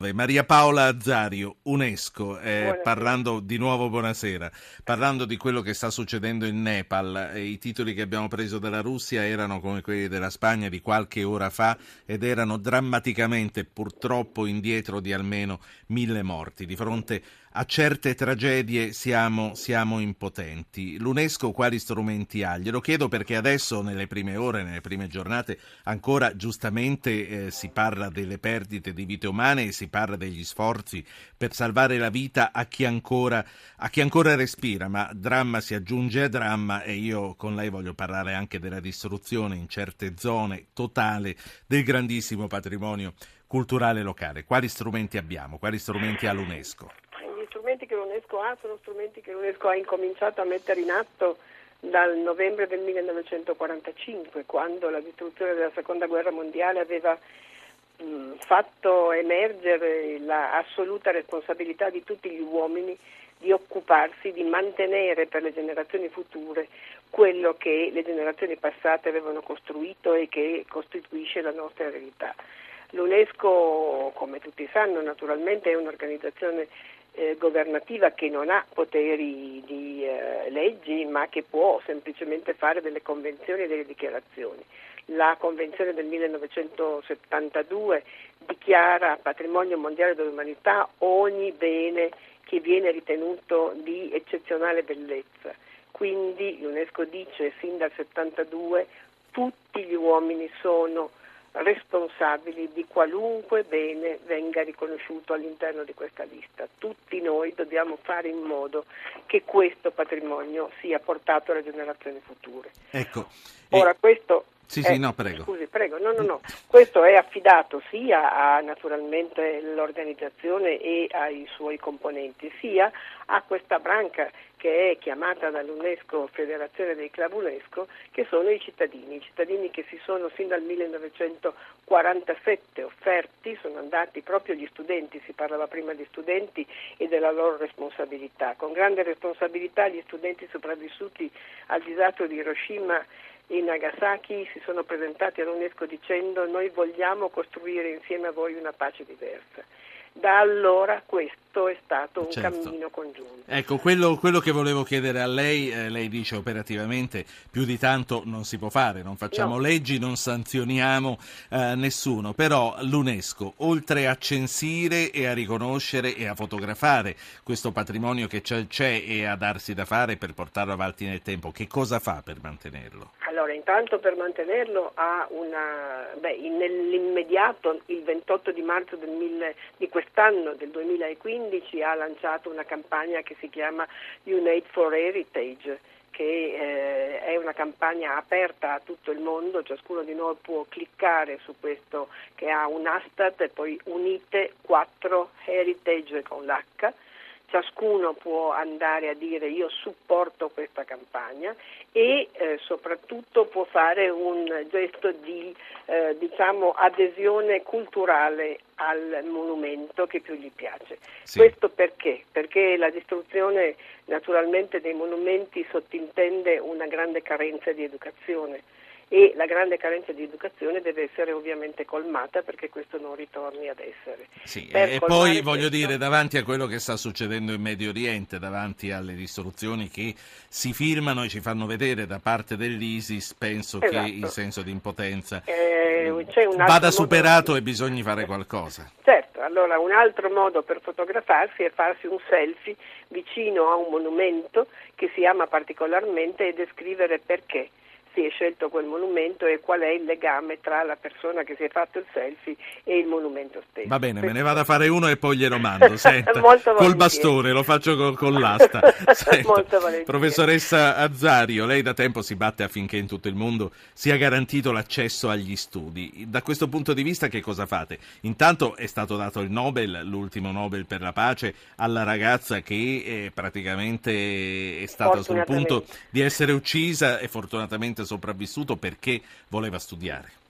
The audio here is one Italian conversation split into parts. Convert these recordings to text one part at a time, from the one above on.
Maria Paola Azzario, UNESCO, Buonasera. parlando di nuovo, buonasera, parlando di quello che sta succedendo in Nepal, i titoli che abbiamo preso dalla Russia erano come quelli della Spagna di qualche ora fa ed erano drammaticamente purtroppo indietro di almeno 1.000 morti. Di fronte a certe tragedie siamo impotenti. L'UNESCO quali strumenti ha? Glielo chiedo perché adesso, nelle prime ore, nelle prime giornate, ancora giustamente si parla delle perdite di vite umane e si parla degli sforzi per salvare la vita a chi ancora respira, ma dramma si aggiunge a dramma e io con lei voglio parlare anche della distruzione in certe zone totale del grandissimo patrimonio culturale locale. Quali strumenti abbiamo? Quali strumenti ha l'UNESCO? Gli strumenti che l'UNESCO ha sono strumenti che l'UNESCO ha incominciato a mettere in atto dal novembre del 1945, quando la distruzione della Seconda Guerra Mondiale aveva fatto emergere l'assoluta responsabilità di tutti gli uomini di occuparsi, di mantenere per le generazioni future quello che le generazioni passate avevano costruito e che costituisce la nostra eredità. L'UNESCO, come tutti sanno, naturalmente è un'organizzazione governativa che non ha poteri di leggi, ma che può semplicemente fare delle convenzioni e delle dichiarazioni. La Convenzione del 1972 dichiara patrimonio mondiale dell'umanità ogni bene che viene ritenuto di eccezionale bellezza. Quindi l'UNESCO dice sin dal 72 tutti gli uomini sono responsabili di qualunque bene venga riconosciuto all'interno di questa lista. Tutti noi dobbiamo fare in modo che questo patrimonio sia portato alle generazioni future. Ecco. Ora questo Sì, no, prego. Scusi, prego. No. Questo è affidato sia a naturalmente l'organizzazione e ai suoi componenti, sia a questa branca che è chiamata dall'UNESCO Federazione dei Club UNESCO, che sono i cittadini che si sono sin dal 1947 offerti, sono andati proprio gli studenti, si parlava prima di studenti e della loro responsabilità. Con grande responsabilità gli studenti sopravvissuti al disastro di Hiroshima e Nagasaki si sono presentati all'UNESCO dicendo: noi vogliamo costruire insieme a voi una pace diversa. Da allora questo è stato un cammino congiunto. Ecco, quello che volevo chiedere a lei, lei dice operativamente più di tanto non si può fare, non facciamo leggi, non sanzioniamo nessuno, però l'UNESCO, oltre a censire e a riconoscere e a fotografare questo patrimonio che c'è e a darsi da fare per portarlo avanti nel tempo, che cosa fa per mantenerlo? Allora, intanto per mantenerlo ha nell'immediato, il 28 di marzo di quest'anno, del 2015, ha lanciato una campagna che si chiama Unite for Heritage, che è una campagna aperta a tutto il mondo. Ciascuno di noi può cliccare su questo, che ha un hashtag e poi Unite 4 Heritage con l'H. Ciascuno può andare a dire: io supporto questa campagna e soprattutto può fare un gesto di adesione culturale al monumento che più gli piace. Sì. Questo perché? Perché la distruzione naturalmente dei monumenti sottintende una grande carenza di educazione. E la grande carenza di educazione deve essere ovviamente colmata perché questo non ritorni ad essere. Sì, e poi voglio dire, davanti a quello che sta succedendo in Medio Oriente, davanti alle distruzioni che si filmano e ci fanno vedere da parte dell'ISIS, penso che il senso di impotenza vada superato e bisogna fare qualcosa. Certo, allora un altro modo per fotografarsi è farsi un selfie vicino a un monumento che si ama particolarmente e descrivere perché si è scelto quel monumento e qual è il legame tra la persona che si è fatto il selfie e il monumento stesso. Va bene, me ne vado a fare uno e poi glielo mando. Senta, col bastone, lo faccio con l'asta. Senta, professoressa Azzario, lei da tempo si batte affinché in tutto il mondo sia garantito l'accesso agli studi. Da questo punto di vista che cosa fate? Intanto è stato dato il Nobel, l'ultimo Nobel per la pace, alla ragazza che praticamente è stata sul punto di essere uccisa e fortunatamente sopravvissuto perché voleva studiare.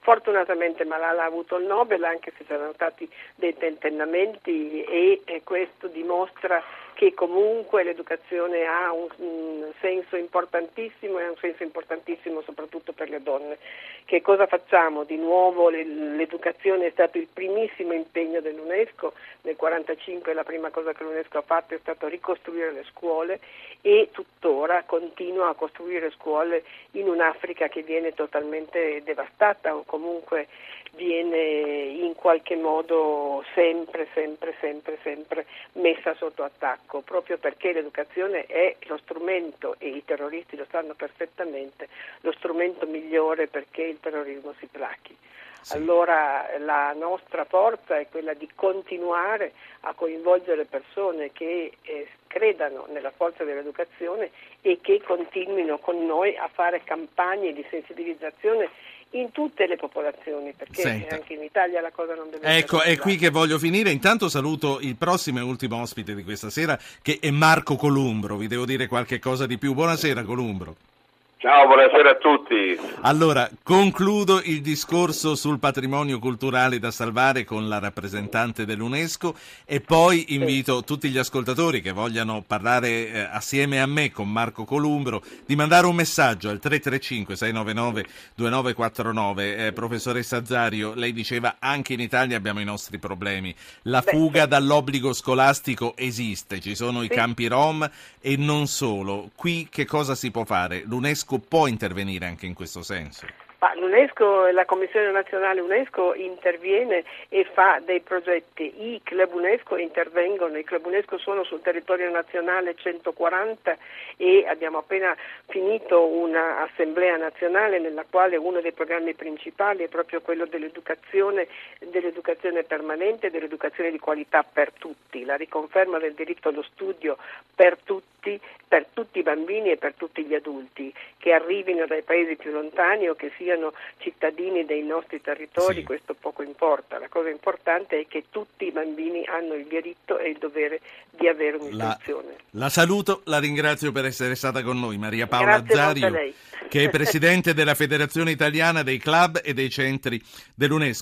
Fortunatamente Malala ha avuto il Nobel, anche se c'erano stati dei tentennamenti, e questo dimostra che comunque l'educazione ha un senso importantissimo, e ha un senso importantissimo soprattutto per le donne. Che cosa facciamo? Di nuovo l'educazione è stato il primissimo impegno dell'UNESCO. Nel 1945 la prima cosa che l'UNESCO ha fatto è stato ricostruire le scuole, e tuttora continua a costruire scuole in un'Africa che viene totalmente devastata, o comunque viene in qualche modo sempre messa sotto attacco, proprio perché l'educazione è lo strumento, e i terroristi lo sanno perfettamente, lo strumento migliore perché il terrorismo si plachi. Sì. Allora la nostra forza è quella di continuare a coinvolgere persone che credano nella forza dell'educazione e che continuino con noi a fare campagne di sensibilizzazione in tutte le popolazioni, perché anche in Italia la cosa non deve essere. Ecco, è qui che voglio finire. Intanto saluto il prossimo e ultimo ospite di questa sera, che è Marco Columbro. Vi devo dire qualche cosa di più. Buonasera, Columbro. Ciao, buonasera a tutti. Allora, concludo il discorso sul patrimonio culturale da salvare con la rappresentante dell'UNESCO, e poi invito tutti gli ascoltatori che vogliano parlare assieme a me con Marco Columbro di mandare un messaggio al 335-699-2949. Professoressa Azario, lei diceva anche in Italia abbiamo i nostri problemi. La fuga dall'obbligo scolastico esiste, ci sono i campi Rom e non solo. Qui che cosa si può fare? L'UNESCO può intervenire anche in questo senso? L'UNESCO, la Commissione nazionale UNESCO interviene e fa dei progetti. I club UNESCO intervengono, i club UNESCO sono sul territorio nazionale 140, e abbiamo appena finito un'assemblea nazionale nella quale uno dei programmi principali è proprio quello dell'educazione permanente, dell'educazione di qualità per tutti, la riconferma del diritto allo studio per tutti i bambini e per tutti gli adulti, che arrivino dai paesi più lontani o che siano cittadini dei nostri territori. Sì. Questo poco importa, la cosa importante è che tutti i bambini hanno il diritto e il dovere di avere un'istruzione. La saluto, la ringrazio per essere stata con noi, Maria Paola Azario, che è presidente della Federazione Italiana dei Club e dei Centri dell'UNESCO.